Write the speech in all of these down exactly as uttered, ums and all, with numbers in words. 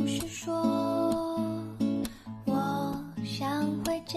是说我想回家，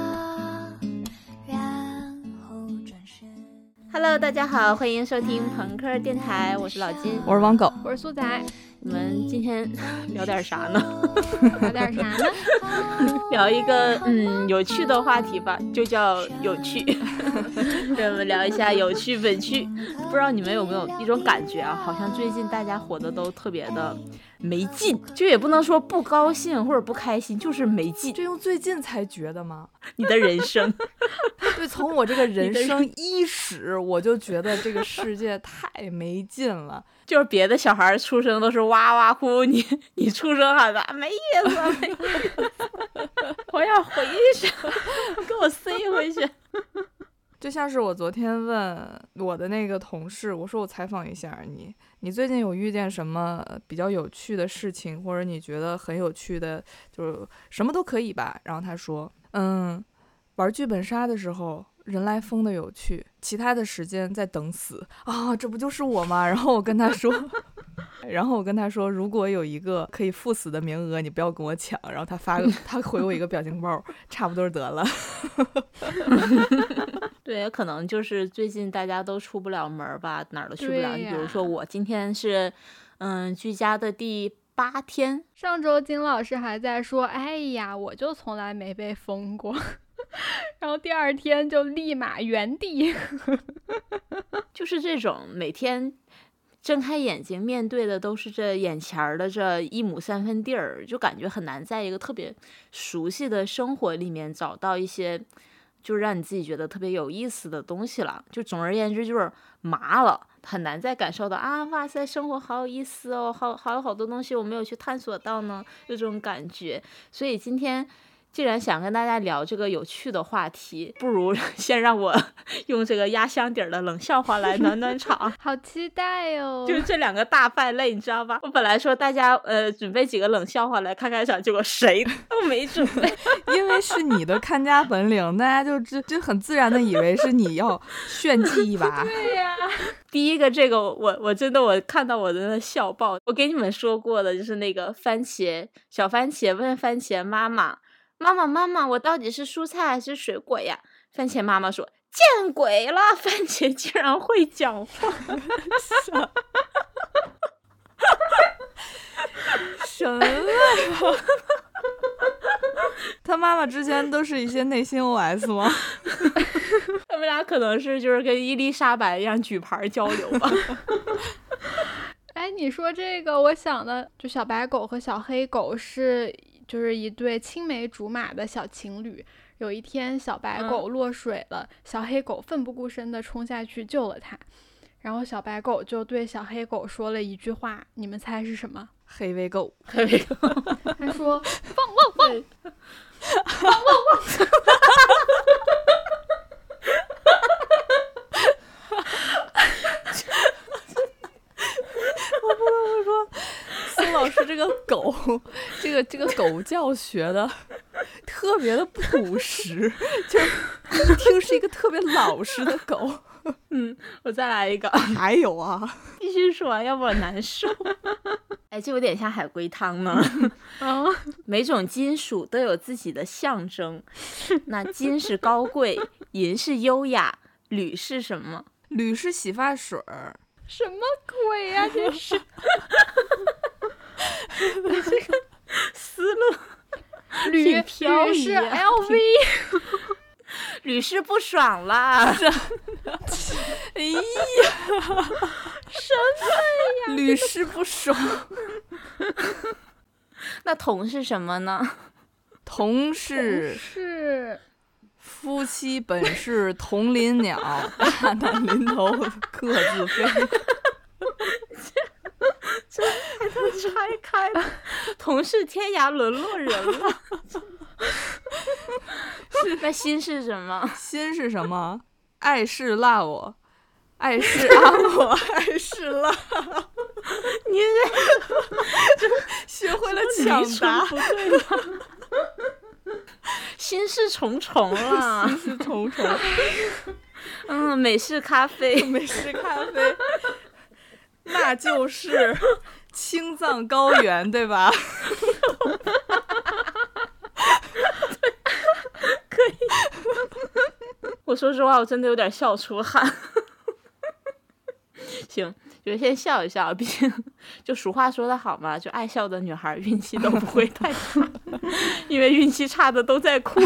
然后转身。 Hello， 大家好，欢迎收听朋克电台，我是老金， 我是王狗， 我是苏仔。 我们今天聊点啥呢？ 聊点啥呢？ 聊一个嗯有趣的话题吧，就叫有趣。让我们聊一下有趣本趣。不知道你们有没有一种感觉啊，好像最近大家活得都特别的没劲，就也不能说不高兴或者不开心，就是没劲。 这用最近才觉得吗？ 你的人生对，从我这个人生伊始，我就觉得这个世界太没劲了。 就是别的小孩出生都是哇哇哭，你你出生喊啥没意思，没意思，我要回去，给我塞回去。 就像是我昨天问我的那个同事，我说我采访一下你，你最近有遇见什么比较有趣的事情，或者你觉得很有趣的，就是什么都可以吧。然后他说，嗯，玩剧本杀的时候人来疯的有趣，其他的时间在等死啊，这不就是我吗？然后我跟他说然后我跟他说，如果有一个可以赴死的名额，你不要跟我抢。然后他发他回我一个表情包，差不多得了。 对，可能就是最近大家都出不了门吧，哪儿都去不了。你比如说我今天是嗯居家的第八天， 上周金老师还在说，哎呀，我就从来没被封过。然后第二天就立马原地。 就是这种每天睁开眼睛面对的都是这眼前的这一亩三分地儿，就感觉很难在一个特别熟悉的生活里面找到一些就让你自己觉得特别有意思的东西了。就总而言之就是麻了，很难再感受到啊，哇塞，生活好有意思哦，好好有好多东西我没有去探索到呢，有这种感觉。所以今天既然想跟大家聊这个有趣的话题，不如先让我用这个压箱底的冷笑话来暖暖场。 好期待哦！ 就是这两个大败类，你知道吧？我本来说大家呃准备几个冷笑话来开开场，结果谁都没准备。 因为是你的看家本领，大家就就就很自然的以为是你要炫技一把。 对呀、啊， 第一个这个我我真的我看到我的笑爆。我给你们说过的就是那个番茄小番茄问番茄妈妈。妈妈妈妈，我到底是蔬菜还是水果呀？番茄妈妈说，见鬼了，番茄竟然会讲话。 什么呀？他妈妈之前都是一些内心 O S 吗？ 他们俩可能是就是跟伊丽莎白一样举牌交流吧。 哎，你说这个我想的就小白狗和小黑狗是就是一对青梅竹马的小情侣。有一天小白狗落水了、嗯、小黑狗奋不顾身地冲下去救了它，然后小白狗就对小黑狗说了一句话，你们猜是什么？ 黑尾狗， 黑尾狗。 他说汪汪汪汪汪汪。 我不得不说，苏老师这个狗，这个这个狗叫学的特别的朴实，就是一听是一个特别老实的狗。 嗯，我再来一个。 还有啊， 必须说完，要不我难受。哎，这有点像海龟汤呢。 啊， 每种金属都有自己的象征。那金是高贵，银是优雅，铝是什么？ 铝是洗发水儿。 什么鬼呀、啊？这是。 你这个思路。 铝漂移是 L V。 屡试不爽啦！ 哎呀， 什么呀？ 屡试不爽。 那铜是什么呢？ 铜是是夫妻本是同林鸟，大难临头各自飞。 这还能拆开了？同是天涯沦落人了。那心是什么？ 心是什么？爱是辣我，爱是爱我，爱是辣。 你这学会了抢答， 不对吧？心事重重了， 心事重重。 嗯，美式咖啡， 美式咖啡，那就是青藏高原，对吧？ 可以。我说实话，我真的有点笑出汗。行，就先笑一笑，毕竟就俗话说得好嘛，就爱笑的女孩运气都不会太差，因为运气差的都在哭。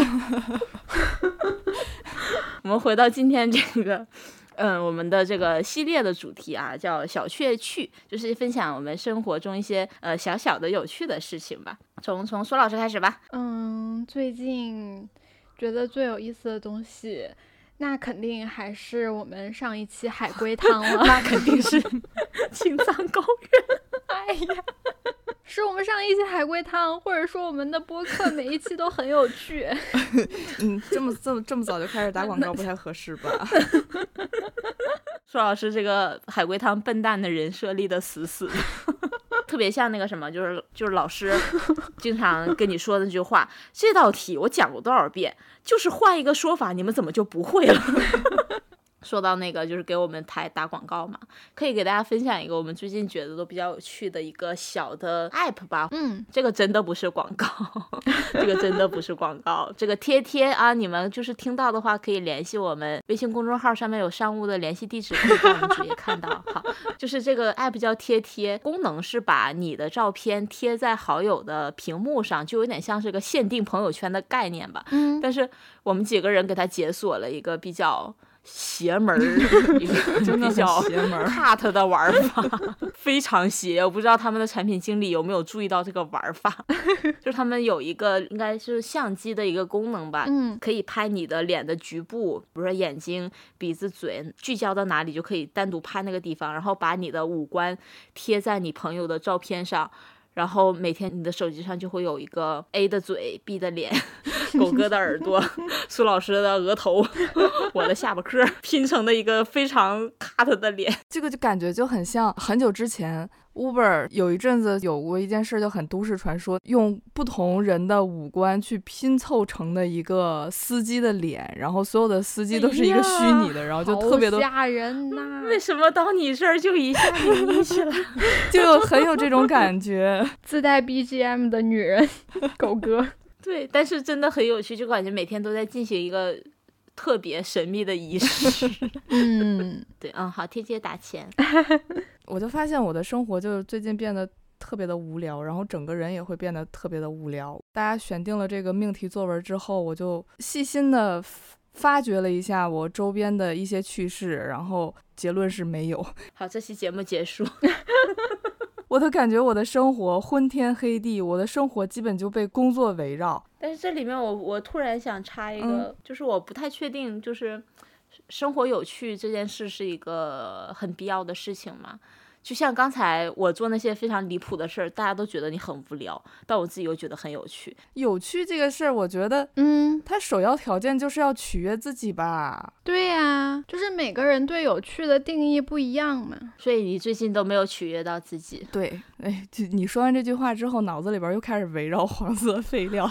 我们回到今天这个嗯，我们的这个系列的主题啊，叫小确趣，就是分享我们生活中一些呃小小的有趣的事情吧。从从苏老师开始吧。 嗯，最近觉得最有意思的东西，那肯定还是我们上一期海龟汤了。 那肯定是青藏高原。 哎呀，是我们上一期海龟汤，或者说我们的播客每一期都很有趣。 嗯，这么这么这么早就开始打广告不太合适吧？ 苏老师这个海龟汤笨蛋的人设立得死死的。特别像那个什么，就是就是老师经常跟你说的那句话，这道题我讲过多少遍，就是换一个说法，你们怎么就不会了？说到那个就是给我们台打广告嘛，可以给大家分享一个我们最近觉得都比较有趣的一个小的 app 吧。 嗯， 这个真的不是广告，这个真的不是广告。这个贴贴啊，你们就是听到的话可以联系我们，微信公众号上面有商务的联系地址，可以在我们主页看到。好，就是这个 app 叫贴贴，功能是把你的照片贴在好友的屏幕上，就有点像是个限定朋友圈的概念吧。 嗯， 但是我们几个人给它解锁了一个比较邪门儿，一个比较 cut 的玩法，非常邪。我不知道他们的产品经理有没有注意到这个玩法，就是他们有一个应该是相机的一个功能吧， 嗯， 可以拍你的脸的局部，比如说眼睛、鼻子、嘴，聚焦到哪里就可以单独拍那个地方，然后把你的五官贴在你朋友的照片上。然后每天你的手机上就会有一个 A 的嘴 B 的脸狗哥的耳朵苏老师的额头我的下巴颏拼成的一个非常 cut 的脸。 这个就感觉就很像很久之前 Uber 有一阵子有过一件事就很都市传说，用不同人的五官去拼凑成的一个司机的脸，然后所有的司机都是一个虚拟的， 哎、 然后就特别的吓人呐、 为什么到你这儿就一下灵异去了？ 就有很有这种感觉。 自带 B G M 的女人狗哥。 对，但是真的很有趣，就感觉每天都在进行一个特别神秘的仪式。 嗯， 对，嗯，好，贴贴打钱。 我就发现我的生活就是最近变得特别的无聊，然后整个人也会变得特别的无聊。大家选定了这个命题作文之后，我就细心的发掘了一下我周边的一些趣事，然后结论是没有。 好，这期节目结束。 我都感觉我的生活昏天黑地，我的生活基本就被工作围绕。 但是这里面我我突然想插一个、 嗯、 就是我不太确定，就是生活有趣这件事是一个很必要的事情吗？就像刚才我做那些非常离谱的事儿，大家都觉得你很无聊，但我自己又觉得很有趣。 有趣这个事儿，我觉得， 嗯， 它首要条件就是要取悦自己吧。 对呀、啊，就是每个人对有趣的定义不一样嘛。 所以你最近都没有取悦到自己。 对，哎，就你说完这句话之后，脑子里边又开始围绕黄色废料。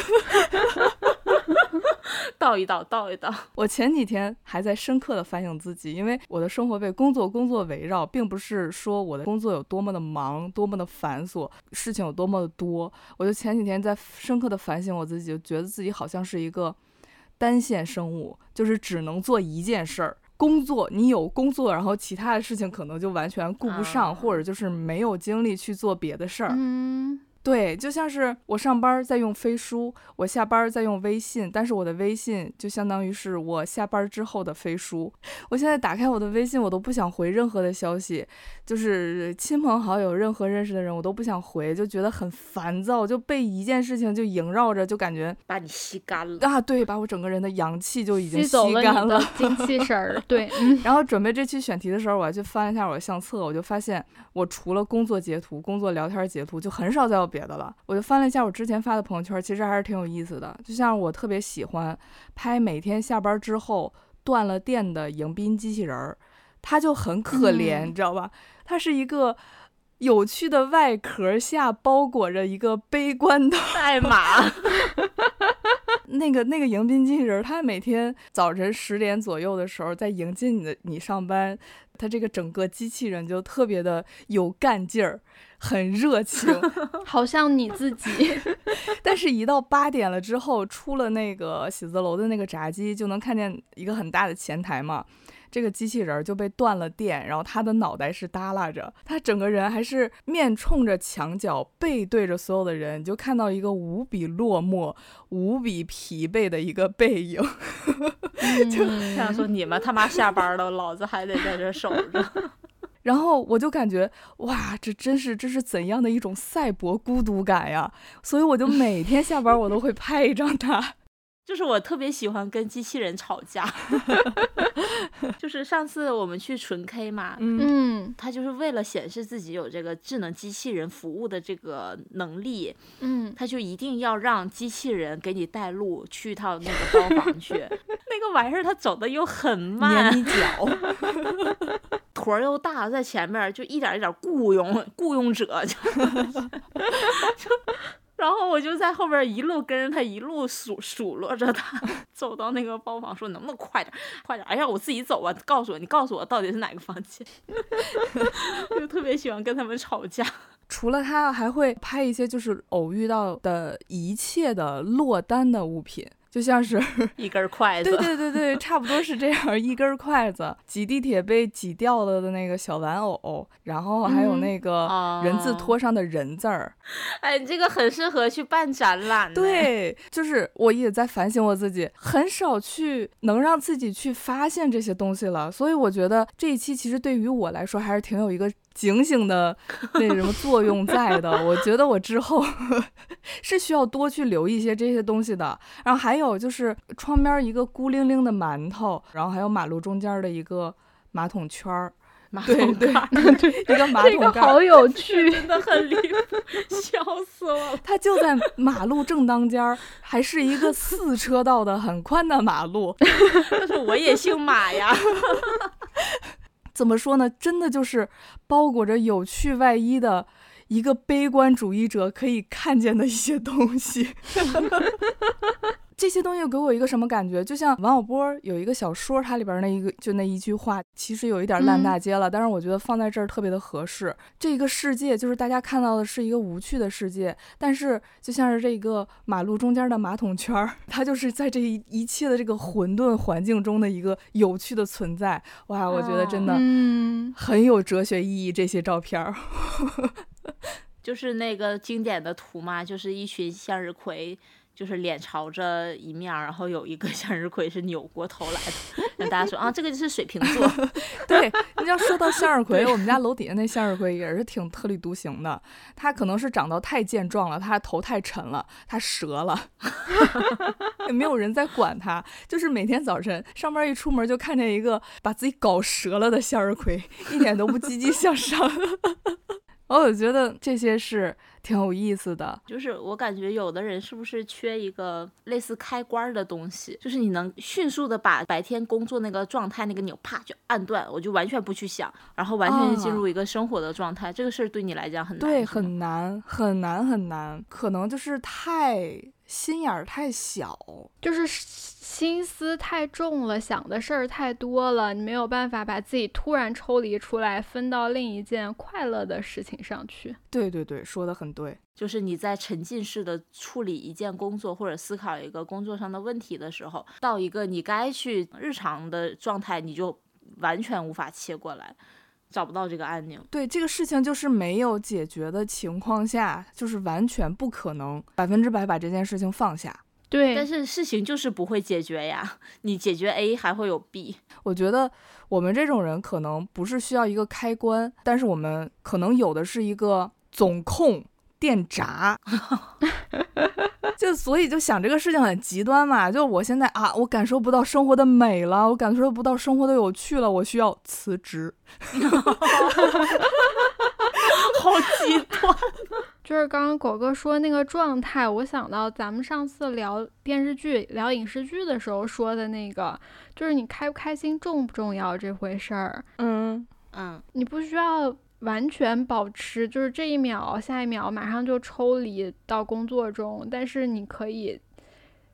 倒一倒，倒一倒。 我前几天还在深刻的反省自己，因为我的生活被工作工作围绕，并不是说我的工作有多么的忙，多么的繁琐，事情有多么的多。我就前几天在深刻的反省我自己，就觉得自己好像是一个单线生物，就是只能做一件事儿。工作，你有工作，然后其他的事情可能就完全顾不上，啊、或者就是没有精力去做别的事儿。 嗯。 对，就像是我上班在用飞书，我下班在用微信，但是我的微信就相当于是我下班之后的飞书。我现在打开我的微信，我都不想回任何的消息，就是亲朋好友任何认识的人我都不想回，就觉得很烦躁，就被一件事情就萦绕着，就感觉把你吸干了啊！对，把我整个人的阳气就已经吸走了干了， 你的精气神儿。对、嗯， 然后准备这期选题的时候，我还去翻一下我的相册，我就发现我除了工作截图、工作聊天截图，就很少再有别的了。我就翻了一下我之前发的朋友圈，其实还是挺有意思的。就像我特别喜欢拍每天下班之后断了电的迎宾机器人，它就很可怜、嗯、你知道吧？它是一个有趣的外壳下包裹着一个悲观的代码。 那个那个迎宾机器人，它每天早晨十点左右的时候在迎接你的你上班，它这个整个机器人就特别的有干劲儿，很热情， 好像你自己。 但是，一到八点了之后，出了那个写字楼的那个闸机，就能看见一个很大的前台嘛。这个机器人就被断了电，然后他的脑袋是耷拉着，他整个人还是面冲着墙角，背对着所有的人，你就看到一个无比落寞、无比疲惫的一个背影。 就想说你们他妈下班了，老子还得在这守着。 然后我就感觉哇，这真是这是怎样的一种赛博孤独感呀！所以我就每天下班我都会拍一张它。 就是我特别喜欢跟机器人吵架。就是上次我们去纯 K 嘛， 嗯， 他就是为了显示自己有这个智能机器人服务的这个能力， 嗯， 他就一定要让机器人给你带路去到那个包房去。那个玩意儿他走的又很慢， 捏你脚。 坨儿又大，在前面就一点一点雇佣雇佣者，就就然后我就在后边一路跟着他，一路数数落着他，走到那个包房，说能不能快点，快点！哎呀，我自己走吧，告诉我，你告诉我到底是哪个房间。就特别喜欢跟他们吵架。 除了他，还会拍一些就是偶遇到的一切的落单的物品。就像是一根筷子， 对对对对，差不多是这样，一根筷子，挤地铁被挤掉了的那个小玩偶，然后还有那个人字拖上的人字儿、 嗯。哎，这个很适合去办展览。 对，就是我也在反省我自己，很少去能让自己去发现这些东西了，所以我觉得这一期其实对于我来说还是挺有一个警醒的那什么作用在的。我觉得我之后是需要多去留意一些这些东西的。然后还有就是窗边一个孤零零的馒头，然后还有马路中间的一个马桶圈儿。对对对，一个马桶盖， 这个好有趣， 真的很离谱，笑死我了。 它就在马路正当间儿，还是一个四车道的很宽的马路。 但是我也姓马呀。 怎么说呢？真的就是包裹着有趣外衣的一个悲观主义者可以看见的一些东西。这些东西给我一个什么感觉？就像王小波有一个小说，它里边那一个就那一句话，其实有一点烂大街了、嗯、但是我觉得放在这儿特别的合适。这个世界就是大家看到的是一个无趣的世界，但是就像是这个马路中间的马桶圈，它就是在这一一切的这个混沌环境中的一个有趣的存在。哇，我觉得真的很有哲学意义，这些照片。 就是那个经典的图嘛，就是一群向日葵，就是脸朝着一面，然后有一个向日葵是扭过头来的，让大家说啊，这个就是水瓶座。 对，你要说到向日葵，我们家楼底下那向日葵也是挺特立独行的。它可能是长到太健壮了，它头太沉了，它折了，也没有人在管它。就是每天早晨上班一出门就看见一个把自己搞折了的向日葵，一点都不积极向上。我觉得这些是挺有意思的。 就是我感觉有的人是不是缺一个类似开关的东西，就是你能迅速的把白天工作那个状态那个钮啪就按断，我就完全不去想，然后完全进入一个生活的状态、啊、这个事儿对你来讲很难。 对，很难很难很难，可能就是太心眼儿太小， 就是心思太重了，想的事儿太多了，你没有办法把自己突然抽离出来，分到另一件快乐的事情上去。 对对对，说得很对。 就是你在沉浸式的处理一件工作或者思考一个工作上的问题的时候，到一个你该去日常的状态，你就完全无法切过来，找不到这个按钮。 对，这个事情就是没有解决的情况下，就是完全不可能百分之百把这件事情放下。 对， 但是事情就是不会解决呀，你解决 A 还会有 B。 我觉得我们这种人可能不是需要一个开关，但是我们可能有的是一个总控电闸。就所以就想这个事情很极端嘛，就我现在啊，我感受不到生活的美了，我感受不到生活的有趣了，我需要辞职。 好极端。 就是刚刚狗哥说那个状态，我想到咱们上次聊电视剧聊影视剧的时候说的那个，就是你开不开心重不重要这回事儿。 嗯嗯， 你不需要完全保持就是这一秒下一秒马上就抽离到工作中，但是你可以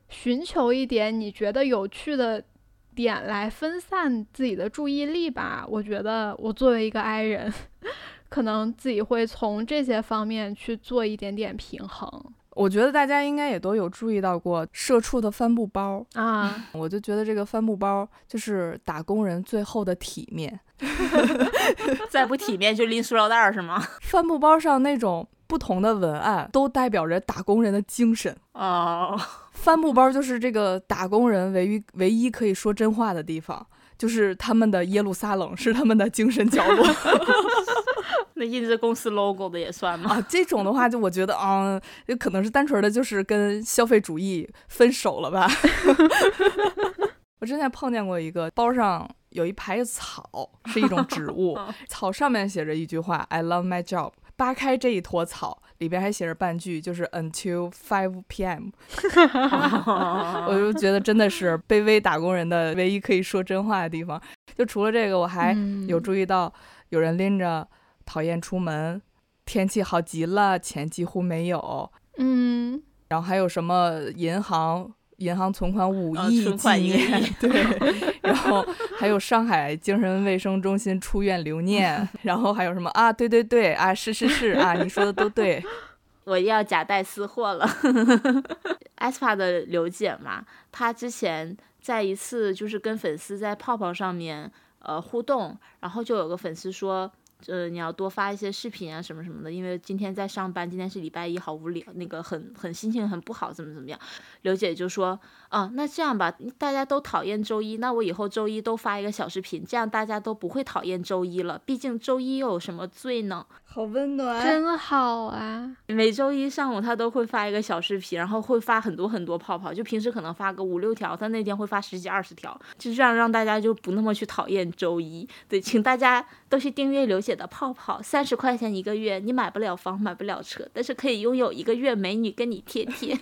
寻求一点你觉得有趣的点来分散自己的注意力吧。我觉得我作为一个 I 人，可能自己会从这些方面去做一点点平衡。 我觉得大家应该也都有注意到过社畜的帆布包啊， 我就觉得这个帆布包就是打工人最后的体面。 再不体面就拎塑料袋是吗？ 帆布包上那种不同的文案都代表着打工人的精神哦。 帆布包就是这个打工人唯一唯一可以说真话的地方，就是他们的耶路撒冷是他们的精神角落。 那印着公司 logo 的也算吗？ 啊，这种的话就我觉得啊，有可能是单纯的就是跟消费主义分手了吧。我之前碰见过一个包上有一排草，是一种植物，草上面写着一句话 I love my job， 扒开这一坨草里边还写着半句，就是 until five p m 我就觉得真的是卑微打工人的唯一可以说真话的地方。就除了这个，我还有注意到有人拎着讨厌出门，天气好极了，钱几乎没有， 嗯， 然后还有什么银行银行存款五亿纪念、 哦、 对，然后还有上海精神卫生中心出院留念，然后还有什么啊，对对对啊，是是是啊，你说的都对。 我要夹带私货了。aespa 的刘姐嘛，她之前在一次就是跟粉丝在泡泡上面呃互动，然后就有个粉丝说呃，你要多发一些视频啊什么什么的，因为今天在上班，今天是礼拜一，好无聊，那个很很心情很不好，怎么怎么样。刘姐就说啊，那这样吧，大家都讨厌周一，那我以后周一都发一个小视频，这样大家都不会讨厌周一了，毕竟周一又有什么罪呢？ 好温暖， 真好啊。 每周一上午他都会发一个小视频，然后会发很多很多泡泡，就平时可能发个五六条，他那天会发十几二十条，就这样让大家就不那么去讨厌周一。对，请大家都去订阅刘姐的泡泡，三十块钱一个月，你买不了房买不了车，但是可以拥有一个月美女跟你贴贴。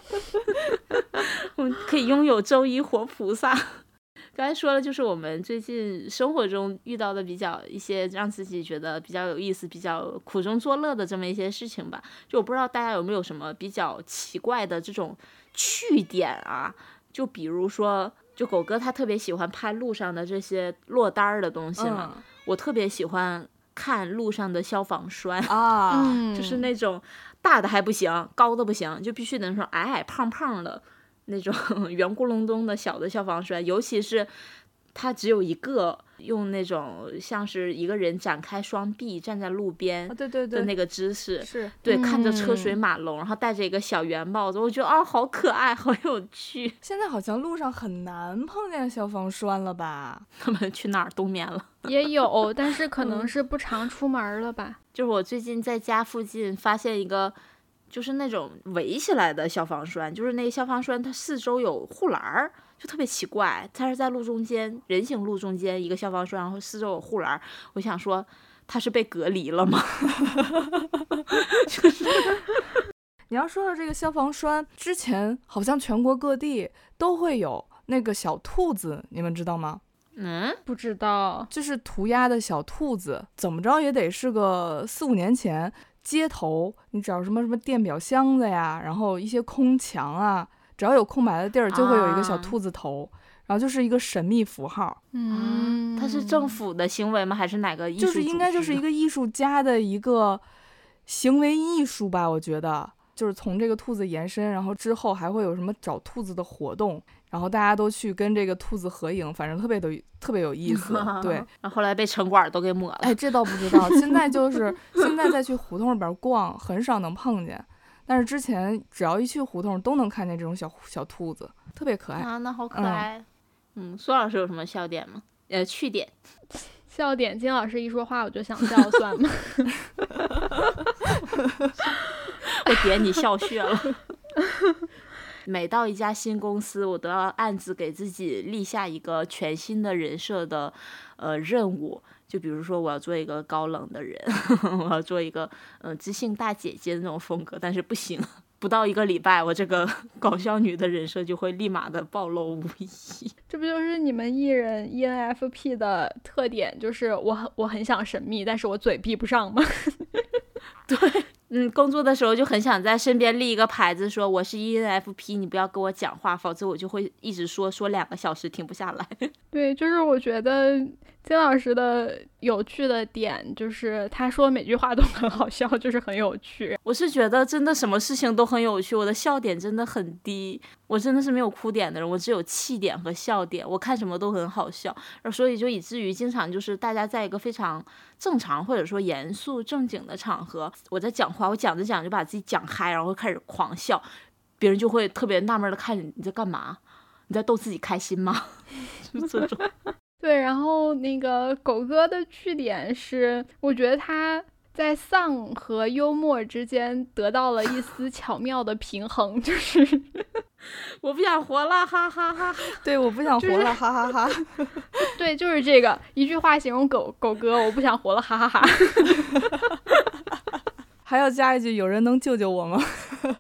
我们可以拥有周一活菩萨。刚才说了，就是我们最近生活中遇到的比较一些让自己觉得比较有意思、比较苦中作乐的这么一些事情吧。就我不知道大家有没有什么比较奇怪的这种趣点啊？就比如说，就狗哥他特别喜欢拍路上的这些落单的东西嘛，嗯、我特别喜欢看路上的消防栓啊、 嗯， 就是那种大的还不行，高的不行，就必须得说矮矮胖胖的。那种圆咕隆咚的小的消防栓，尤其是它只有一个，用那种像是一个人展开双臂站在路边的那个姿势， 啊、对对对， 对， 嗯、 看着车水马龙，然后戴着一个小圆帽子，我觉得啊，好可爱，好有趣。 现在好像路上很难碰见消防栓了吧？ 他们去哪儿冬眠了？ 也有，但是可能是不常出门了吧。 就是我最近在家附近发现一个。就是那种围起来的消防栓，就是那个消防栓它四周有护栏儿，就特别奇怪，它是在路中间，人行路中间一个消防栓，然后四周有护栏，我想说它是被隔离了吗？就是你要说到这个消防栓，之前好像全国各地都会有那个小兔子，你们知道吗？ 嗯， 不知道， 就是涂鸦的小兔子，怎么着也得是个四五年前。街头你找什么什么电表箱子呀，然后一些空墙啊，只要有空白的地儿就会有一个小兔子头、啊、然后就是一个神秘符号。 嗯，它是政府的行为吗？还是哪个艺术？ 就是应该就是一个艺术家的一个行为艺术吧，我觉得就是从这个兔子延伸，然后之后还会有什么找兔子的活动，然后大家都去跟这个兔子合影，反正特别的特别有意思。对， 然后后来被城管都给抹了。 哎，这倒不知道。现在就是现在再去胡同里边逛，很少能碰见。但是之前只要一去胡同，都能看见这种小小兔子，特别可爱啊，那好可爱。嗯，苏老师有什么笑点吗？呃，趣点。 笑点，金老师一说话我就想笑，算吗？ 我点你笑穴了。每到一家新公司，我都要暗自给自己立下一个全新的人设的呃任务。就比如说，我要做一个高冷的人，我要做一个呃知性大姐姐的那种风格，但是不行，不到一个礼拜，我这个搞笑女的人设就会立马的暴露无遗。 这不就是你们艺人 E N F P 的特点，就是我很我很想神秘，但是我嘴闭不上吗？ 对。 嗯，工作的时候就很想在身边立一个牌子，说我是 E N F P， 你不要跟我讲话，否则我就会一直说说两个小时停不下来。 对，就是我觉得金老师的有趣的点就是他说每句话都很好笑，就是很有趣。 我是觉得真的什么事情都很有趣，我的笑点真的很低，我真的是没有哭点的人，我只有气点和笑点，我看什么都很好笑，所以就以至于经常就是大家在一个非常正常或者说严肃正经的场合，我在讲话，我讲着讲就把自己讲嗨，然后开始狂笑，别人就会特别纳闷的看你，你在干嘛？你在逗自己开心吗？就这种。 对，然后那个狗哥的据点是，我觉得他在丧和幽默之间得到了一丝巧妙的平衡，就是我不想活了，哈哈哈哈。 对，我不想活了，就是、哈哈哈哈。 对，就是这个一句话形容狗狗哥，我不想活了，哈哈哈哈。 还要加一句，有人能救救我吗？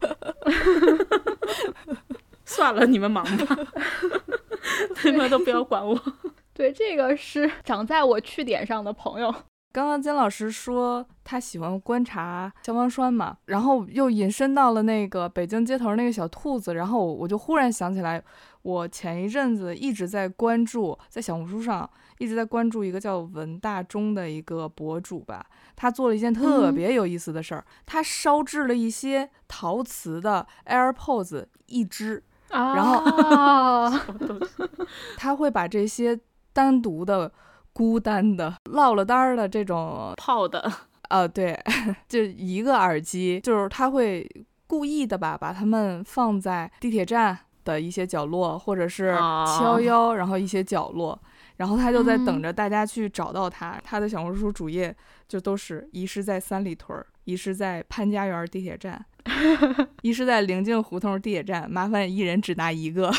算了，你们忙吧，你们都不要管我。 对，这个是长在我去点上的朋友。 刚刚金老师说他喜欢观察消防栓嘛，然后又引申到了那个北京街头那个小兔子，然后我就忽然想起来，我前一阵子一直在关注，在小红书上一直在关注一个叫文大中的一个博主吧，他做了一件特别有意思的事儿、嗯、他烧制了一些陶瓷的 AirPods 一只、啊、然后他会把这些单独的孤单的落了单的这种泡的呃对，就一个耳机，就是他会故意的吧把它们放在地铁站的一些角落，或者是七一一、哦、然后一些角落，然后他就在等着大家去找到他、嗯、他的小红书主页就都是遗失在三里屯，遗失在潘家园地铁站遗失在临近胡同地铁站，麻烦一人只拿一个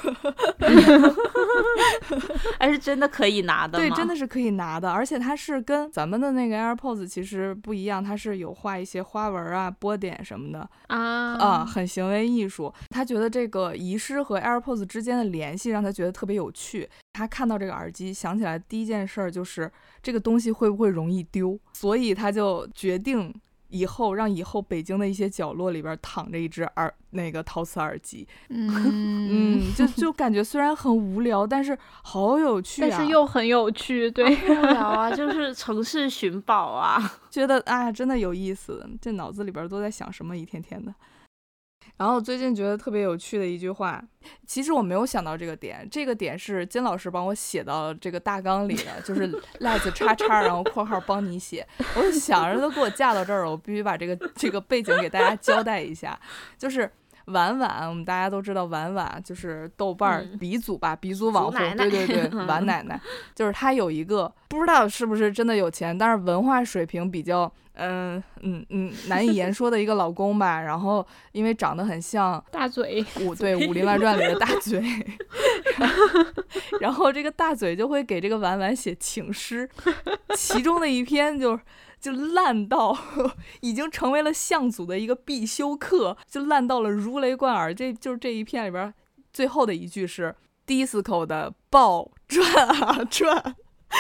还是真的可以拿的吗？ 对，真的是可以拿的，而且它是跟咱们的那个 AirPods 其实不一样，它是有画一些花纹啊波点什么的啊、 呃、很行为艺术。他觉得这个遗失和 AirPods 之间的联系让他觉得特别有趣，他看到这个耳机想起来第一件事就是这个东西会不会容易丢，所以他就决定以后让以后北京的一些角落里边躺着一只耳那个陶瓷耳机， 嗯嗯，就就感觉虽然很无聊，但是好有趣啊， 但是又很有趣，对， 无聊啊，就是城市寻宝啊， 觉得啊真的有意思，这脑子里边都在想什么一天天的。然后最近觉得特别有趣的一句话，其实我没有想到这个点，这个点是金老师帮我写到这个大纲里的，就是 let's 叉叉然后括号帮你写，我就想着都给我架到这儿了，我必须把这个这个背景给大家交代一下。就是婉婉，我们大家都知道婉婉就是豆瓣鼻祖吧、嗯、鼻祖网红，对对对，婉奶奶就是她有一个不知道是不是真的有钱，但是文化水平比较嗯嗯嗯难以言说的一个老公吧，然后因为长得很像大嘴武对《武林外传》里的大嘴然, 然后这个大嘴就会给这个婉婉写情诗，其中的一篇就就烂到已经成为了向祖的一个必修课，就烂到了如雷贯耳。这就是这一篇里边最后的一句是 disco 的爆转啊转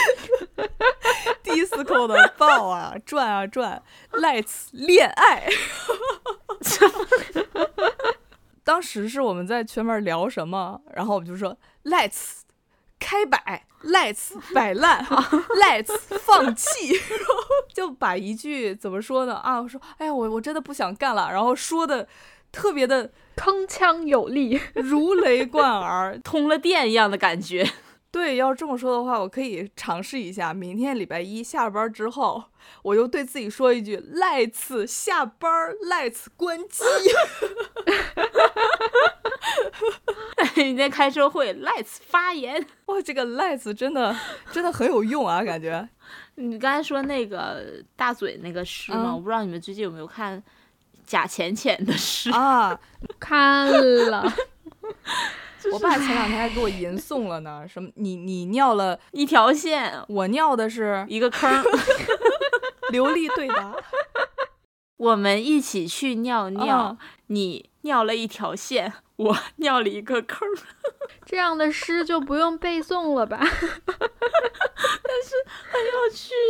disco 的爆啊转啊转 let's 恋爱当时是我们在圈面聊什么，然后我们就说 let's 开摆 let's 摆烂let's 放弃就把一句怎么说呢啊，我说哎呀我我真的不想干了，然后说的特别的铿锵有力如雷贯耳通了电一样的感觉。 对，要这么说的话我可以尝试一下，明天礼拜一下班之后我就对自己说一句 let's 下班 let's 关机你在开车会 let's 发言， 哇这个 let's 真的真的很有用啊感觉。 你刚才说那个大嘴那个诗吗、嗯、我不知道你们最近有没有看贾浅浅的诗啊？ 看了我爸前两天还给我吟诵了呢，什么你你尿了一条线， 我尿的是一个坑流利对答我们一起去尿尿、啊、你尿了一条线，我尿了一个坑这样的诗就不用背诵了吧但是很有趣啊，我觉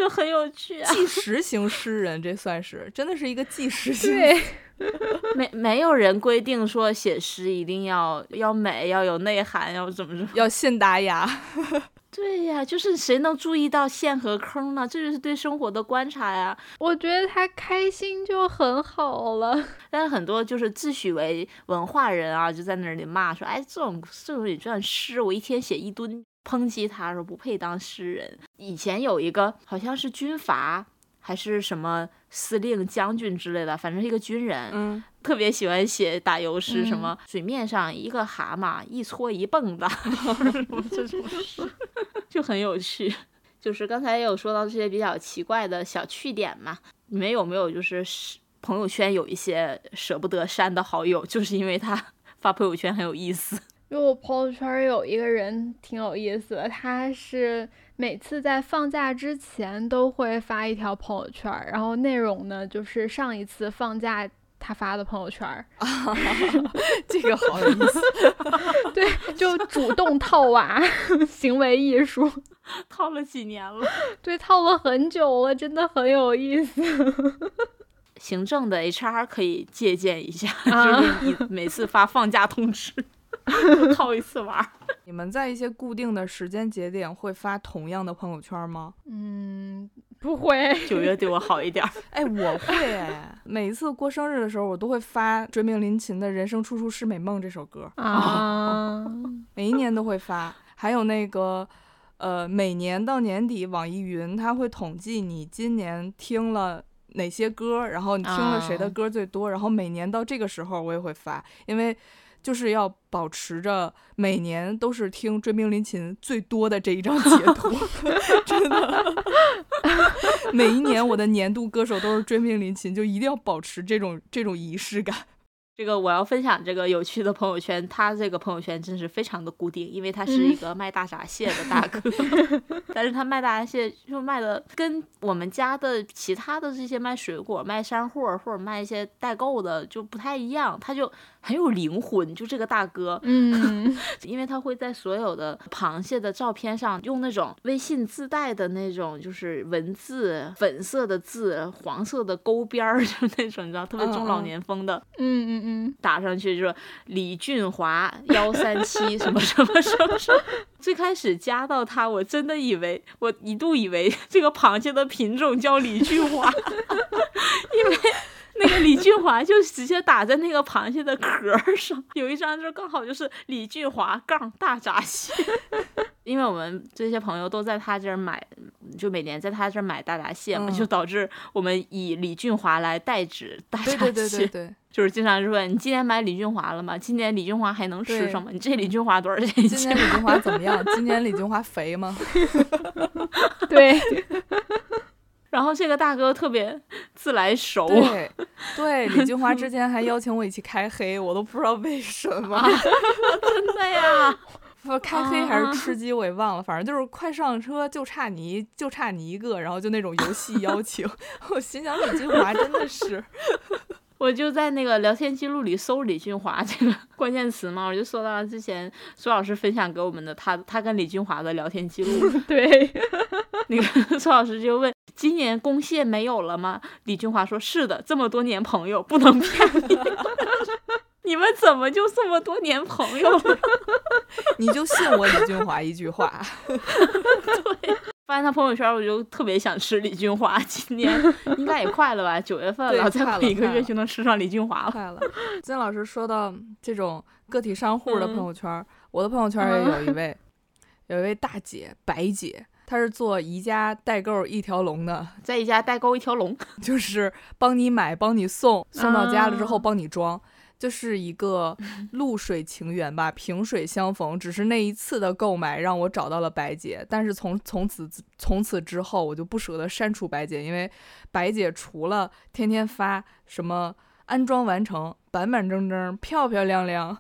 就很有趣啊。 纪实型诗人，这算是真的是一个纪实型。 对， 没没有人规定说写诗一定要要美，要有内涵，要怎么着。 要信达雅。 对呀，就是谁能注意到线和坑呢？这就是对生活的观察呀。 我觉得他开心就很好了。 但是很多就是自诩为文化人啊，就在那里骂说，哎，这种这种也算诗，我一天写一吨，抨击他说不配当诗人。以前有一个好像是军阀还是什么司令将军之类的，反正是一个军人， 嗯， 特别喜欢写打油诗， 嗯什么水面上一个蛤蟆一搓一蹦子，这种诗就很有趣。就是刚才也有说到这些比较奇怪的小趣点嘛，你们有没有就是朋友圈有一些舍不得删的好友，就是因为他发朋友圈很有意思？ 因为我朋友圈有一个人挺有意思的，他是每次在放假之前都会发一条朋友圈，然后内容呢就是上一次放假他发的朋友圈。 这个好有意思。 对，就主动套娃，行为艺术。 套了几年了？ 对，套了很久了，真的很有意思。 行政的 H R 可以借鉴一下， 啊、 就是你每次发放假通知套一次娃。 你们在一些固定的时间节点会发同样的朋友圈吗？ 嗯，不会。 九月对我好一点。 哎，我会哎，每一次过生日的时候，我都会发追命林琴的《人生处处是美梦》这首歌啊， 每一年都会发。还有那个，呃，每年到年底，网易云它会统计你今年听了哪些歌，然后你听了谁的歌最多，然后每年到这个时候我也会发，因为就是要保持着每年都是听追命林琴最多的这一张截图。真的，每一年我的年度歌手都是追命林琴，就一定要保持这种这种仪式感。 这个我要分享这个有趣的朋友圈，他这个朋友圈真是非常的固定，因为他是一个卖大闸蟹的大哥。但是他卖大闸蟹就卖的跟我们家的其他的这些卖水果卖山货或者卖一些代购的就不太一样，他就很有灵魂，就这个大哥。 嗯， 因为他会在所有的螃蟹的照片上用那种微信自带的那种就是文字，粉色的字，黄色的勾边儿，就那种你知道特别中老年风的。 嗯嗯嗯， 打上去就是李俊华幺三七什么什么什么什么。最开始加到他，我真的以为，我一度以为这个螃蟹的品种叫李俊华，因为那个李俊华就直接打在那个螃蟹的壳上，有一张就刚好就是李俊华杠大闸蟹。因为我们这些朋友都在他这儿买，就每年在他这儿买大闸蟹嘛，嗯、就导致我们以李俊华来代指大闸蟹。 对对对对对， 就是经常说你今年买李俊华了吗？今年李俊华还能吃什么？你这李俊华多少钱？ 今年李俊华怎么样？今年李俊华肥吗？ 对。 然后这个大哥特别自来熟。 对对，李俊华之前还邀请我一起开黑，我都不知道为什么。啊、 真的呀？ 说开黑还是吃鸡我也忘了，反正就是快上车就差你就差你一个，然后就那种游戏邀请。我心想李俊华真的是。 我就在那个聊天记录里搜李俊华这个关键词嘛，我就搜到之前苏老师分享给我们的他他跟李俊华的聊天记录。 对， 那个苏老师就问今年公蟹没有了吗？李俊华说是的，这么多年朋友不能骗你。你们怎么就这么多年朋友了？ 你就信我李俊华一句话。 对，发现他朋友圈我就特别想吃李俊华，今年应该也快了吧，九月份了，再过一个月就能吃上李俊华了。 快了。金老师说到这种个体商户的朋友圈、嗯、我的朋友圈也有一位、嗯、有一位大姐白姐，她是做宜家代购一条龙的， 在宜家代购一条龙， 就是帮你买帮你送，送到家了之后帮你装、嗯，就是一个露水情缘吧，萍水相逢。只是那一次的购买让我找到了白姐，但是从从此从此之后，我就不舍得删除白姐，因为白姐除了天天发什么安装完成、板板正正、漂漂亮亮，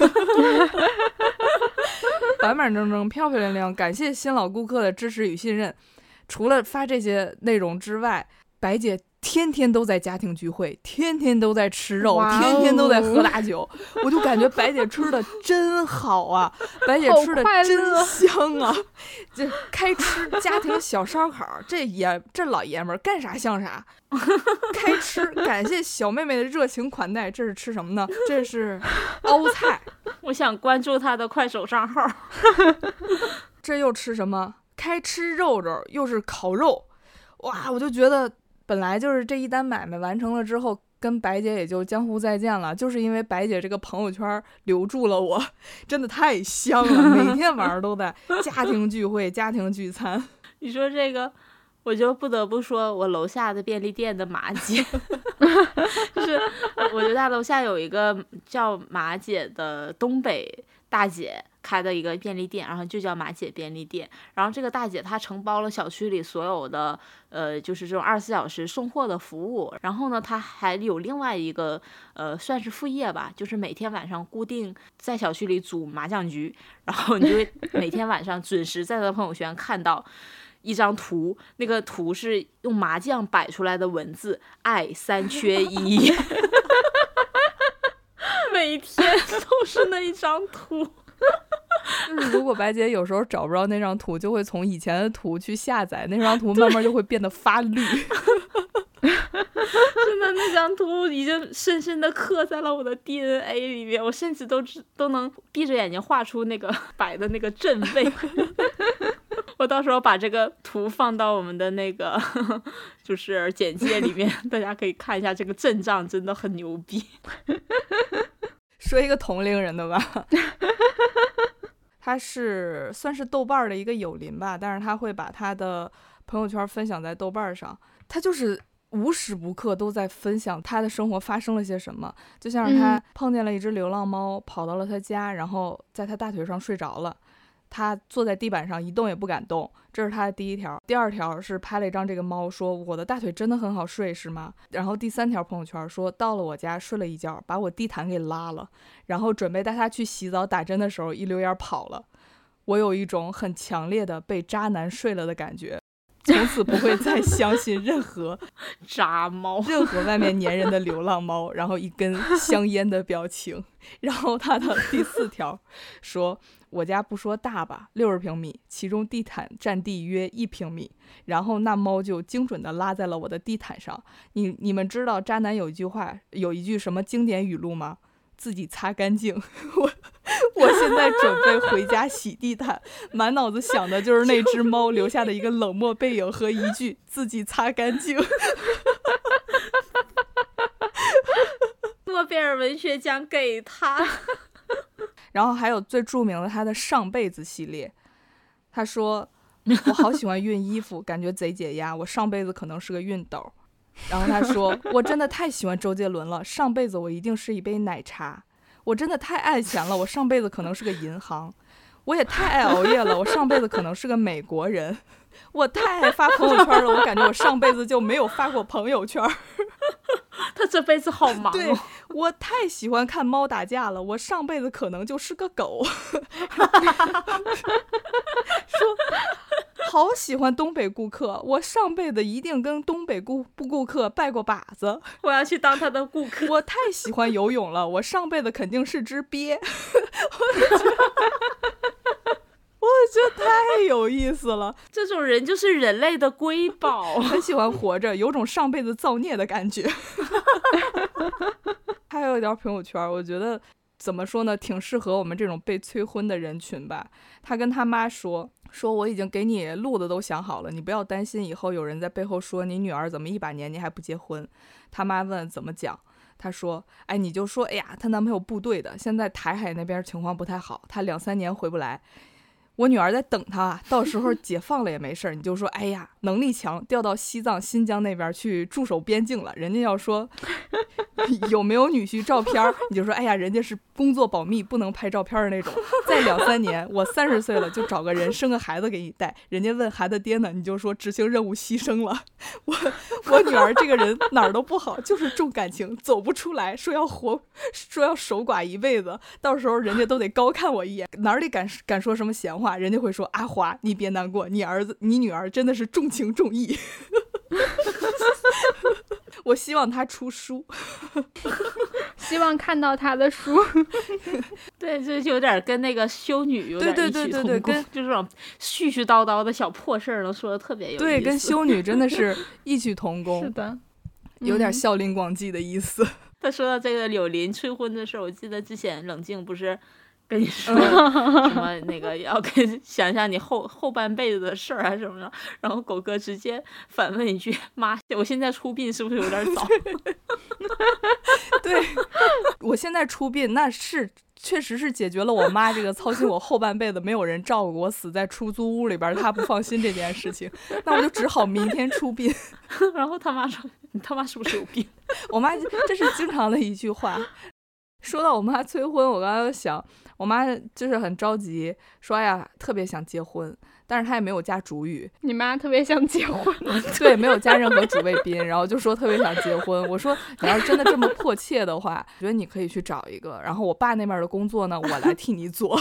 板板正正、漂漂亮亮，感谢新老顾客的支持与信任。除了发这些内容之外，白姐天天都在家庭聚会，天天都在吃肉， 哇哦天天都在喝大酒，我就感觉白姐吃的真好啊，白姐吃的好快乐真香啊！这开吃家庭小烧烤，这爷这老爷们儿干啥像啥，开吃感谢小妹妹的热情款待。这是吃什么呢？这是凹菜。 我想关注他的快手账号。 这又吃什么？开吃肉肉，又是烤肉。哇，我就觉得本来就是这一单买卖完成了之后，跟白姐也就江湖再见了，就是因为白姐这个朋友圈留住了我，真的太香了，每天晚上都在家庭聚会家庭聚餐。 你说这个我就不得不说我楼下的便利店的马姐。就是我觉得他楼下有一个叫马姐的东北大姐开的一个便利店，然后就叫马姐便利店。然后这个大姐她承包了小区里所有的呃，就是这种二十四小时送货的服务。然后呢，她还有另外一个呃，算是副业吧，就是每天晚上固定在小区里组麻将局，然后你就会每天晚上准时在她的朋友圈看到一张图，那个图是用麻将摆出来的文字，爱三缺一。每天都是那一张图。 就是如果白姐有时候找不着那张图，就会从以前的图去下载，那张图慢慢就会变得发绿。 真的，那张图已经深深的刻在了我的 D N A 里面，我甚至都都能闭着眼睛画出那个摆的那个阵位。我到时候把这个图放到我们的那个就是简介里面，大家可以看一下这个阵仗真的很牛逼。 说一个同龄人的吧，他是算是豆瓣的一个友邻吧，但是他会把他的朋友圈分享在豆瓣上，他就是无时无刻都在分享他的生活发生了些什么。就像是他碰见了一只流浪猫，跑到了他家，然后在他大腿上睡着了，他坐在地板上一动也不敢动，这是他的第一条。第二条是拍了一张这个猫，说我的大腿真的很好睡是吗？然后第三条朋友圈说到了我家睡了一觉，把我地毯给拉了，然后准备带他去洗澡打针的时候一溜烟跑了。我有一种很强烈的被渣男睡了的感觉，从此不会再相信任何渣猫， 任何外面粘人的流浪猫。然后一根香烟的表情。然后他的第四条说我家不说大吧，六十平米，其中地毯占地约一平米，然后那猫就精准的拉在了我的地毯上。你你们知道渣男有一句话，有一句什么经典语录吗？自己擦干净。我我现在准备回家洗地毯，满脑子想的就是那只猫留下的一个冷漠背影和一句自己擦干净。 诺贝尔文学奖给他。 然后还有最著名的他的上辈子系列，他说我好喜欢熨衣服，感觉贼解压，我上辈子可能是个熨斗。然后他说我真的太喜欢周杰伦了，上辈子我一定是一杯奶茶。我真的太爱钱了，我上辈子可能是个银行。我也太爱熬夜了，我上辈子可能是个美国人。我太爱发朋友圈了，我感觉我上辈子就没有发过朋友圈。 他这辈子好忙哦。 对，我太喜欢看猫打架了，我上辈子可能就是个狗。说好喜欢东北顾客，我上辈子一定跟东北顾顾客拜过把子。 我要去当他的顾客。 我太喜欢游泳了，我上辈子肯定是只鳖。我觉得太有意思了， 这种人就是人类的瑰宝。 很喜欢活着，有种上辈子造孽的感觉。还有一条朋友圈，我觉得怎么说呢，挺适合我们这种被催婚的人群吧。他跟他妈说说我已经给你路子都想好了，你不要担心以后有人在背后说你女儿怎么一把年纪还不结婚。他妈问怎么讲，他说哎，你就说哎呀，她男朋友部队的，现在台海那边情况不太好，他两三年回不来，我女儿在等他，到时候解放了也没事。你就说哎呀，能力强，调到西藏新疆那边去驻守边境了。人家要说有没有女婿照片，你就说哎呀，人家是工作保密不能拍照片的那种。再两三年我三十岁了，就找个人生个孩子给你带。人家问孩子爹呢，你就说执行任务牺牲了。我我女儿这个人哪儿都不好，就是重感情走不出来，说要活说要守寡一辈子，到时候人家都得高看我一眼，哪里敢敢说什么闲话，人家会说阿华你别难过，你儿子你女儿真的是重情重义。 我希望他出书， 希望看到他的书。 对，这就有点跟那个修女有点异曲同工，就这种絮絮叨叨的小破事儿能说的特别有意思。 对，跟修女真的是异曲同工。 是的， 有点孝陵广记的意思。嗯、 他说到这个柳林催婚的事儿，我记得之前冷静不是跟你说什么那个要跟想想你后后半辈子的事儿啊什么的，然后狗哥直接反问一句：“妈，我现在出殡是不是有点早？” 对，我现在出殡那是确实是解决了我妈这个操心我后半辈子没有人照顾我死在出租屋里边她不放心这件事情，那我就只好明天出殡。 然后他妈说：“你他妈是不是有病？” 我妈这是经常的一句话。说到我妈催婚，我刚刚想，我妈就是很着急，说哎呀特别想结婚，但是她也没有加主语。 你妈特别想结婚？ 对，没有加任何主谓宾，然后就说特别想结婚。我说你要是真的这么迫切的话，我觉得你可以去找一个，然后我爸那边的工作呢，我来替你做。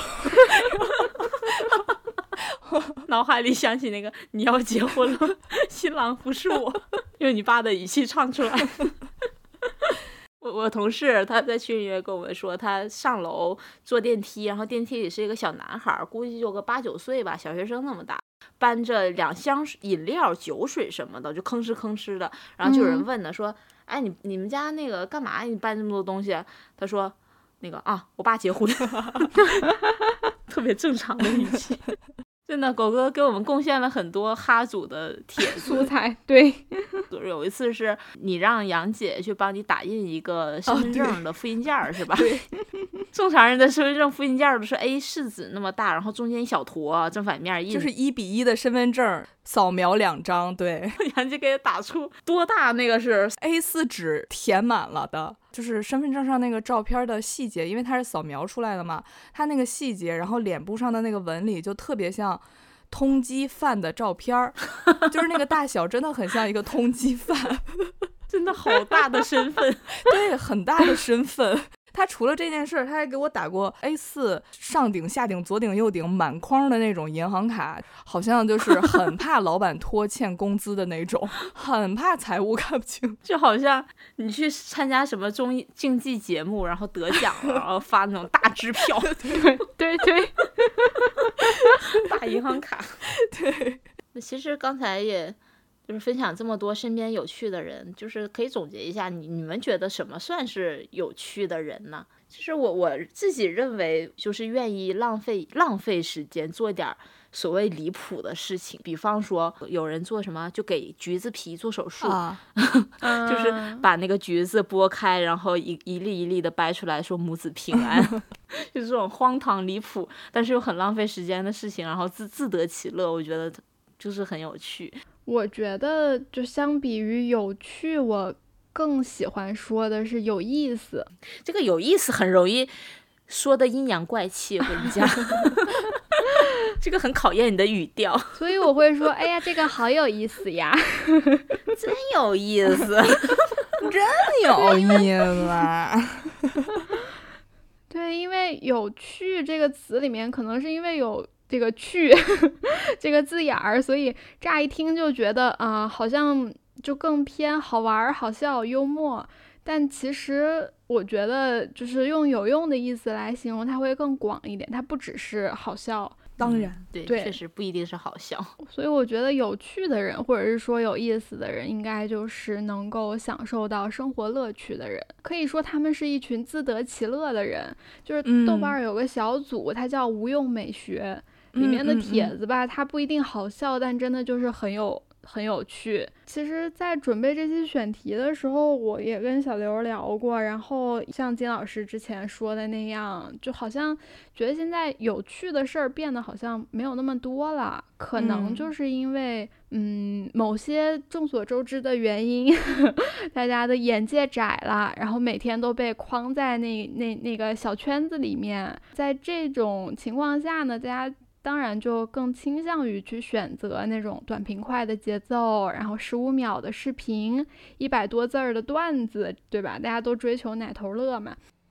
脑海里想起那个你要结婚了，新郎不是我，用你爸的语气唱出来。我我同事他在群里面跟我们说，他上楼坐电梯，然后电梯里是一个小男孩，估计就个八九岁吧，小学生那么大，搬着两箱饮料、酒水什么的，就吭哧吭哧的。然后就有人问呢，说：“哎，你你们家那个干嘛？你搬这么多东西？”他说：“那个啊，我爸结婚。”特别正常的语气。真的，狗哥给我们贡献了很多哈组的帖子素材。对， 有一次是你让杨姐去帮你打印一个身份证的复印件、哦、是吧？ 对， 正常人的身份证复印件都是 A 四纸那么大，然后中间一小坨，正反面印， 就是一比一的身份证扫描两张。对， 杨姐给打出多大？那个是 A 四 纸填满了的。就是身份证上那个照片的细节，因为它是扫描出来的嘛，它那个细节，然后脸部上的那个纹理就特别像通缉犯的照片，就是那个大小真的很像一个通缉犯。 真的好大的身份。 对，很大的身份。他除了这件事，他还给我打过 A 四 上顶下顶左顶右顶满框的那种银行卡，好像就是很怕老板拖欠工资的那种，很怕财务看不清。 就好像你去参加什么综艺竞技节目，然后得奖了，然后发那种大支票。 对对对， 大银行卡。 对， 其实刚才也就是分享这么多身边有趣的人，就是可以总结一下，你你们觉得什么算是有趣的人呢？其实我我自己认为，就是愿意浪费浪费时间做点所谓离谱的事情，比方说有人做什么就给橘子皮做手术， 啊、 就是把那个橘子剥开，然后一一粒一粒的掰出来，说母子平安。就是这种荒唐离谱，但是又很浪费时间的事情，然后自自得其乐，我觉得就是很有趣。 我觉得就相比于有趣，我更喜欢说的是有意思。 这个有意思很容易说的阴阳怪气，我跟你讲。这个很考验你的语调， 所以我会说，哎呀，这个好有意思呀。 真有意思。 真有意思。 对，因为有趣这个词里面可能是因为有这个趣这个字眼儿，所以乍一听就觉得啊、呃，好像就更偏好玩、好笑、幽默。但其实我觉得就是用有用的意思来形容，它会更广一点，它不只是好笑。 当然、 嗯、对, 对， 确实不一定是好笑。 所以我觉得有趣的人，或者是说有意思的人，应该就是能够享受到生活乐趣的人。可以说他们是一群自得其乐的人。就是豆瓣有个小组，它叫无用美学，里面的帖子吧，它不一定好笑，但真的就是很有很有趣。其实在准备这期选题的时候，我也跟小刘聊过，然后像金老师之前说的那样，就好像觉得现在有趣的事儿变得好像没有那么多了，可能就是因为嗯某些众所周知的原因大家的眼界窄了，然后每天都被框在那那那个小圈子里面。在这种情况下呢，大家当然就更倾向于去选择那种短平快的节奏，然后十五秒的视频，一百多字儿的段子，对吧？大家都追求奶头乐嘛。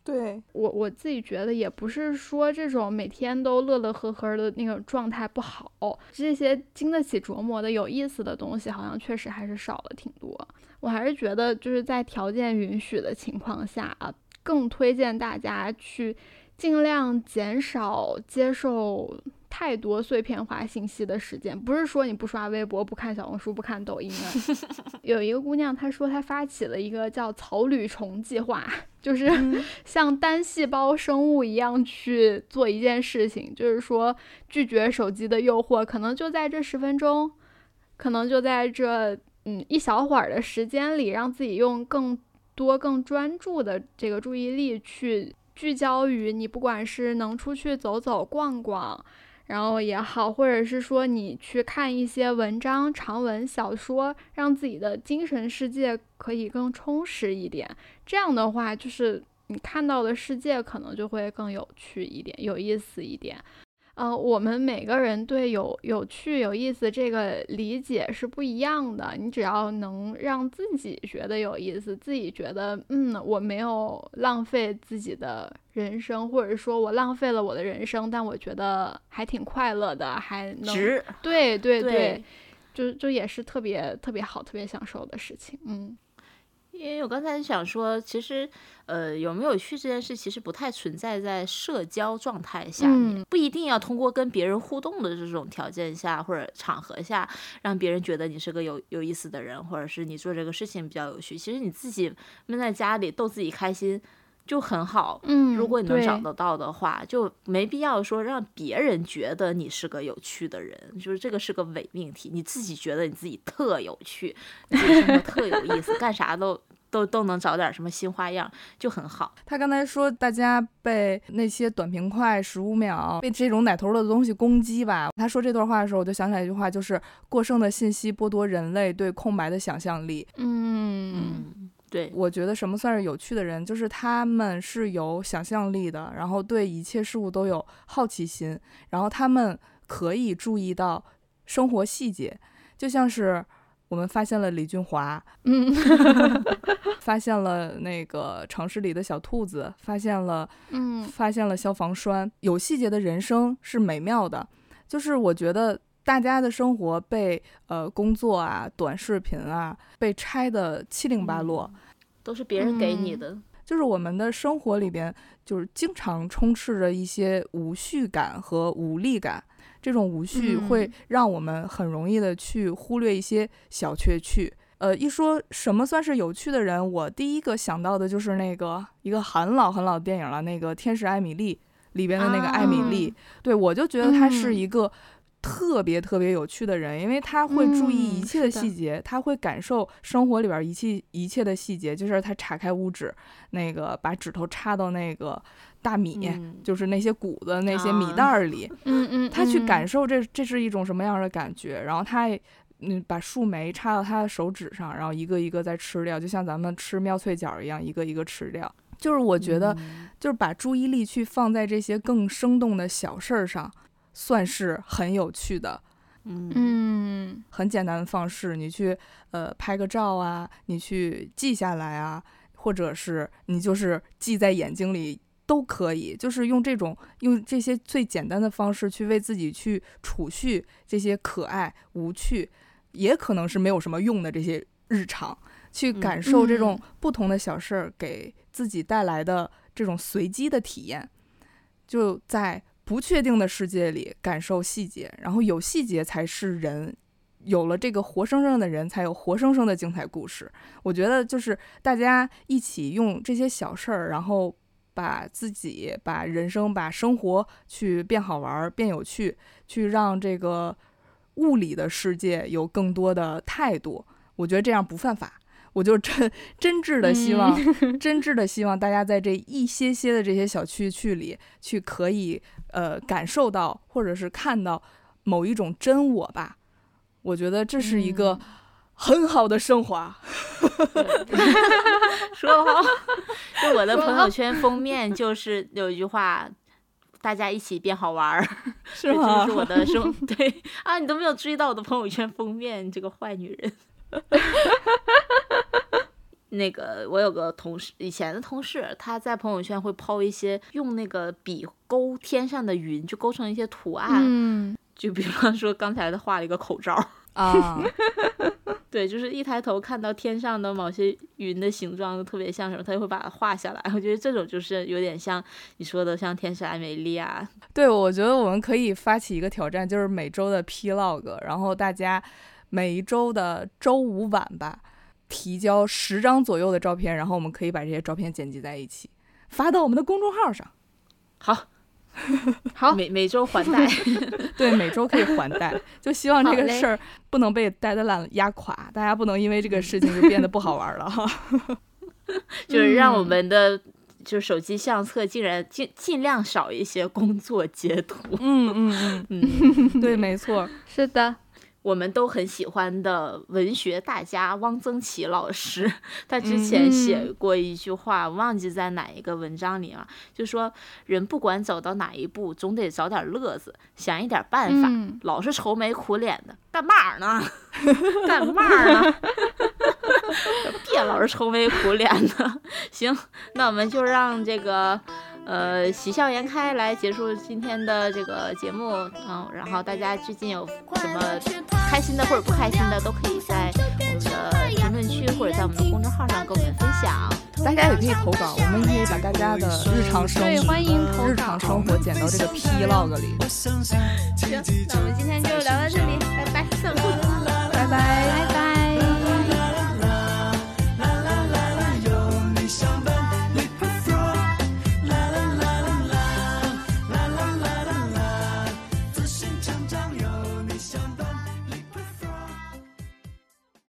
对， 我我自己觉得也不是说这种每天都乐乐呵呵的那个状态不好，这些经得起琢磨的有意思的东西好像确实还是少了挺多。我还是觉得就是在条件允许的情况下啊，更推荐大家去尽量减少接受太多碎片化信息的时间。不是说你不刷微博、不看小红书、不看抖音啊。有一个姑娘她说她发起了一个叫草履虫计划，就是像单细胞生物一样去做一件事情，就是说拒绝手机的诱惑，可能就在这十分钟，可能就在这嗯一小会儿的时间里，让自己用更多更专注的这个注意力去聚焦于你，不管是能出去走走逛逛然后也好，或者是说你去看一些文章、长文小说，让自己的精神世界可以更充实一点。这样的话，就是你看到的世界可能就会更有趣一点、有意思一点。呃，我们每个人对有有趣、有意思这个理解是不一样的。你只要能让自己觉得有意思，自己觉得嗯，我没有浪费自己的人生，或者说我浪费了我的人生，但我觉得还挺快乐的，还能值。 对对对， 对就就也是特别特别好、特别享受的事情。嗯。 因为我刚才想说，其实，呃，有没有趣这件事，其实不太存在在社交状态下面， 嗯不一定要通过跟别人互动的这种条件下或者场合下，让别人觉得你是个有有意思的人，或者是你做这个事情比较有趣。其实你自己闷在家里逗自己开心就很好。 嗯， 如果你能对找得到的话，就没必要说让别人觉得你是个有趣的人，就是这个是个伪命题。你自己觉得你自己特有趣，你自己生活特有意思，干啥都都都能找点什么新花样，就很好。 他刚才说大家被那些短平快十五秒被这种奶头的东西攻击吧，他说这段话的时候我就想起来一句话，就是过剩的信息剥夺人类对空白的想象力。 嗯嗯，对， 我觉得什么算是有趣的人，就是他们是有想象力的，然后对一切事物都有好奇心，然后他们可以注意到生活细节，就像是我们发现了李俊华， 嗯， 发现了那个城市里的小兔子，发现了， 嗯， 发现了消防栓。有细节的人生是美妙的，就是我觉得大家的生活被呃工作啊、短视频啊被拆得七零八落， 嗯、都是别人给你的。 嗯就是我们的生活里边，就是经常充斥着一些无序感和无力感。这种无序会让我们很容易的去忽略一些小确趣。呃，一说什么算是有趣的人，我第一个想到的就是那个一个很老很老的电影了，那个《天使艾米丽》里边的那个艾米丽。啊、对，我就觉得她是一个特别特别有趣的人，因为他会注意一切的细节，嗯、他会感受生活里边一切一切的细节，就是他岔开五指，那个把指头插到那个大米，嗯、就是那些谷子那些米袋里， 嗯嗯， 他去感受这这是一种什么样的感觉，然后他嗯把树莓插到他的手指上，然后一个一个再吃掉，就像咱们吃妙脆角一样，一个一个吃掉。就是我觉得，嗯、就是把注意力去放在这些更生动的小事儿上。算是很有趣的， 嗯， 很简单的方式，你去呃拍个照啊，你去记下来啊，或者是你就是记在眼睛里都可以，就是用这种用这些最简单的方式去为自己去储蓄这些可爱无趣，也可能是没有什么用的这些日常，去感受这种不同的小事儿给自己带来的这种随机的体验，就在不确定的世界里感受细节，然后有细节才是人，有了这个活生生的人才有活生生的精彩故事。我觉得就是大家一起用这些小事儿，然后把自己把人生把生活去变好玩变有趣，去让这个物理的世界有更多的态度，我觉得这样不犯法。我就真真挚的希望、嗯、真挚的希望大家在这一些些的这些小趣趣里去可以呃感受到或者是看到某一种真我吧，我觉得这是一个很好的升华、 嗯、说好就我的朋友圈封面就是有一句话，大家一起变好玩儿， 是吗？ 这就是我的生对啊，你都没有注意到我的朋友圈封面，你这个坏女人。 那个我有个同事，以前的同事，他在朋友圈会抛一些用那个笔勾天上的云，就勾成一些图案。 嗯， 就比方说刚才他画了一个口罩啊， 对，就是一抬头看到天上的某些云的形状特别像什么，他就会把它画下来。我觉得这种就是有点像你说的，像天使艾美莉啊。 对，我觉得我们可以发起一个挑战，就是每周的 Plog， 然后大家每一周的周五晚吧，提交十张左右的照片，然后我们可以把这些照片剪辑在一起，发到我们的公众号上。 好。 好， 每每周还贷对，每周可以还贷，就希望这个事儿不能被呆呆懒压垮，大家不能因为这个事情就变得不好玩了哈。 就是让我们的就手机相册竟然尽尽量少一些工作截图。 嗯嗯嗯嗯，对，没错， 是的。 我们都很喜欢的文学大家汪曾祺老师，他之前写过一句话，我忘记在哪一个文章里了，就说人不管走到哪一步，总得找点乐子，想一点办法， 嗯、 老是愁眉苦脸的，干嘛呢？干嘛呢？别老是愁眉苦脸的。行，那我们就让这个。呃，喜笑颜开来结束今天的这个节目，嗯，然后大家最近有什么开心的或者不开心的，都可以在我们的评论区或者在我们的公众号上跟我们分享。 大家也可以投稿，我们可以把大家的日常生活、 欢迎投稿日常生活剪到这个 Plog 里。 行，那我们今天就聊到这里，拜拜，散会， 拜拜。